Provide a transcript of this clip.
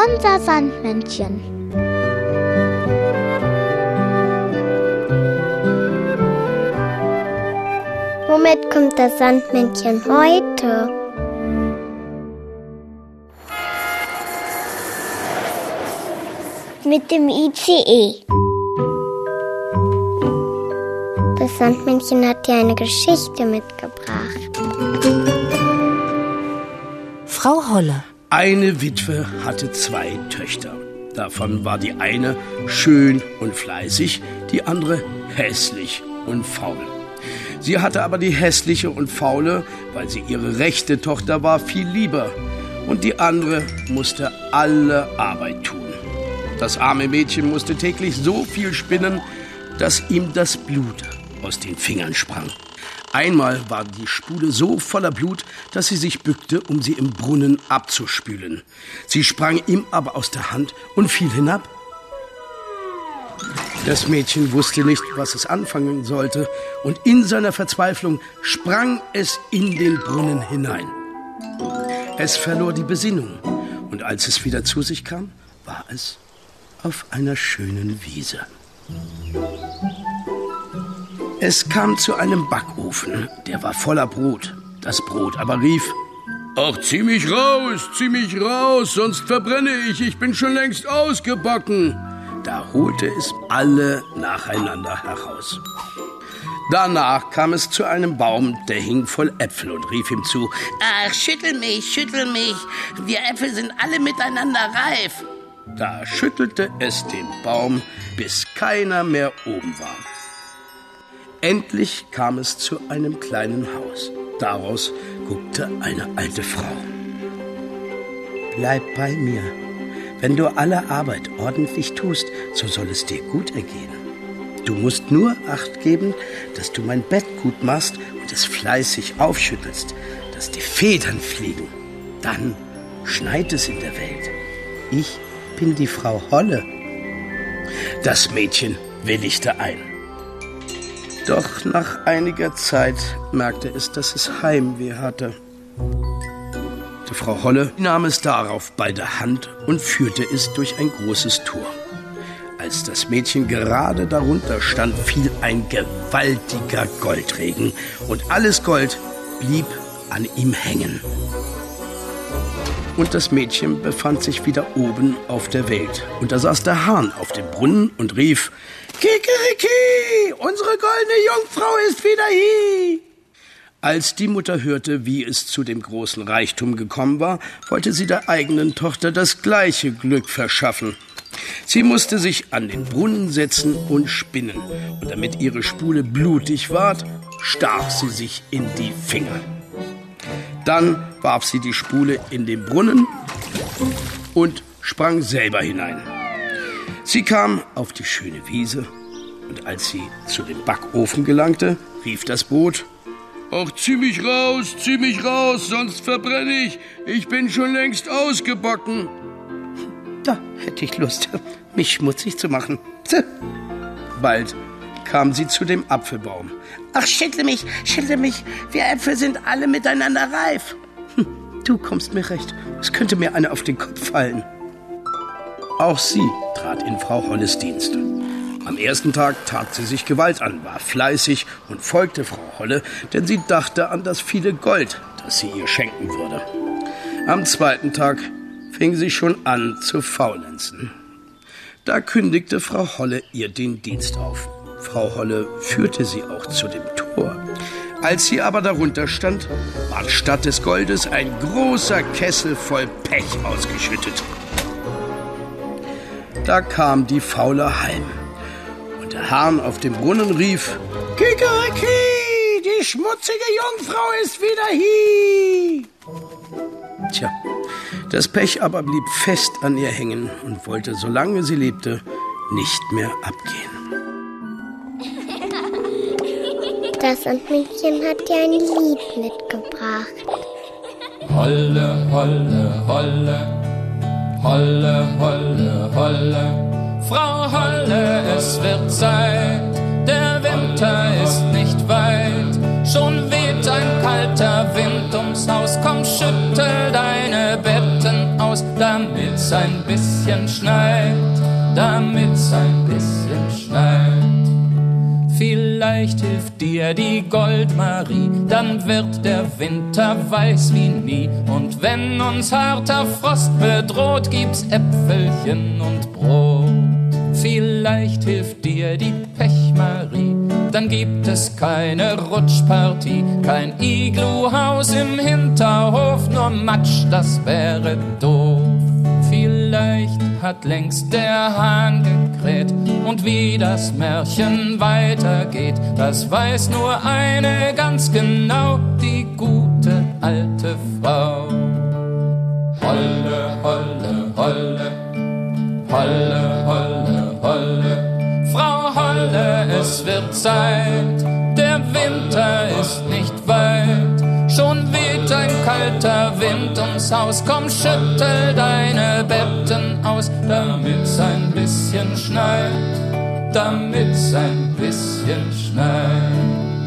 unser Sandmännchen. Womit kommt das Sandmännchen heute? Mit dem ICE. Das Sandmännchen hat dir eine Geschichte mitgebracht. Frau Holle. Eine Witwe hatte 2 Töchter. Davon war die eine schön und fleißig, die andere hässlich und faul. Sie hatte aber die hässliche und faule, weil sie ihre rechte Tochter war, viel lieber. Und die andere musste alle Arbeit tun. Das arme Mädchen musste täglich so viel spinnen, dass ihm das Blut aus den Fingern sprang. Einmal war die Spule so voller Blut, dass sie sich bückte, um sie im Brunnen abzuspülen. Sie sprang ihm aber aus der Hand und fiel hinab. Das Mädchen wusste nicht, was es anfangen sollte, und in seiner Verzweiflung sprang es in den Brunnen hinein. Es verlor die Besinnung, und als es wieder zu sich kam, war es auf einer schönen Wiese. Es kam zu einem Backofen, der war voller Brot. Das Brot aber rief: »Ach, zieh mich raus, sonst verbrenne ich bin schon längst ausgebacken.« Da holte es alle nacheinander heraus. Danach kam es zu einem Baum, der hing voll Äpfel, und rief ihm zu: »Ach, schüttel mich, wir Äpfel sind alle miteinander reif.« Da schüttelte es den Baum, bis keiner mehr oben war. Endlich kam es zu einem kleinen Haus. Daraus guckte eine alte Frau. »Bleib bei mir. Wenn du alle Arbeit ordentlich tust, so soll es dir gut ergehen. Du musst nur Acht geben, dass du mein Bett gut machst und es fleißig aufschüttelst, dass die Federn fliegen. Dann schneit es in der Welt. Ich bin die Frau Holle.« Das Mädchen willigte ein. Doch nach einiger Zeit merkte es, dass es Heimweh hatte. Die Frau Holle nahm es darauf bei der Hand und führte es durch ein großes Tor. Als das Mädchen gerade darunter stand, fiel ein gewaltiger Goldregen, und alles Gold blieb an ihm hängen. Und das Mädchen befand sich wieder oben auf der Welt. Und da saß der Hahn auf dem Brunnen und rief: »Kikeriki, unsere goldene Jungfrau ist wieder hier!« Als die Mutter hörte, wie es zu dem großen Reichtum gekommen war, wollte sie der eigenen Tochter das gleiche Glück verschaffen. Sie musste sich an den Brunnen setzen und spinnen. Und damit ihre Spule blutig ward, stach sie sich in die Finger. Dann warf sie die Spule in den Brunnen und sprang selber hinein. Sie kam auf die schöne Wiese, und als sie zu dem Backofen gelangte, rief das Brot: »Ach, zieh mich raus, sonst verbrenne ich bin schon längst ausgebacken.« Da hätte ich Lust, mich schmutzig zu machen. Bald kam sie zu dem Apfelbaum. »Ach, schüttle mich, wir Äpfel sind alle miteinander reif.« Du kommst mir recht, es könnte mir einer auf den Kopf fallen. Auch sie trat in Frau Holles Dienst. Am ersten Tag tat sie sich Gewalt an, war fleißig und folgte Frau Holle, denn sie dachte an das viele Gold, das sie ihr schenken würde. Am zweiten Tag fing sie schon an zu faulenzen. Da kündigte Frau Holle ihr den Dienst auf. Frau Holle führte sie auch zu dem Tor. Als sie aber darunter stand, war statt des Goldes ein großer Kessel voll Pech ausgeschüttet. Da kam die Faule heim, und der Hahn auf dem Brunnen rief: »Kikeriki, die schmutzige Jungfrau ist wieder hier!« Tja, das Pech aber blieb fest an ihr hängen und wollte, solange sie lebte, nicht mehr abgehen. Das Sandmännchen hat dir ein Lied mitgebracht. Holle, Holle, Holle, Holle, Holle, Holle, Frau Holle, es wird Zeit, der Winter ist nicht weit, schon weht ein kalter Wind ums Haus, komm, schüttel deine Betten aus, damit's damit's ein bisschen schneit, damit's ein bisschen schneit. Vielleicht hilft dir die Goldmarie, dann wird der Winter weiß wie nie. Und wenn uns harter Frost bedroht, gibt's Äpfelchen und Brot. Vielleicht hilft dir die Pechmarie, dann gibt es keine Rutschpartie, kein Igluhaus im Hinterhof, nur Matsch, das wäre doof. Vielleicht hat längst der Hahn gekräht und wie das Märchen weitergeht, das weiß nur eine ganz genau, die gute alte Frau. Holle, holle, holle, holle, holle, holle, Frau Holle, es wird Zeit, der Winter ist nicht weit, schon weht ein kalter Wind ums Haus, komm, schüttel deine Betten aus, damit's ein bisschen schneit, damit's ein bisschen schneit.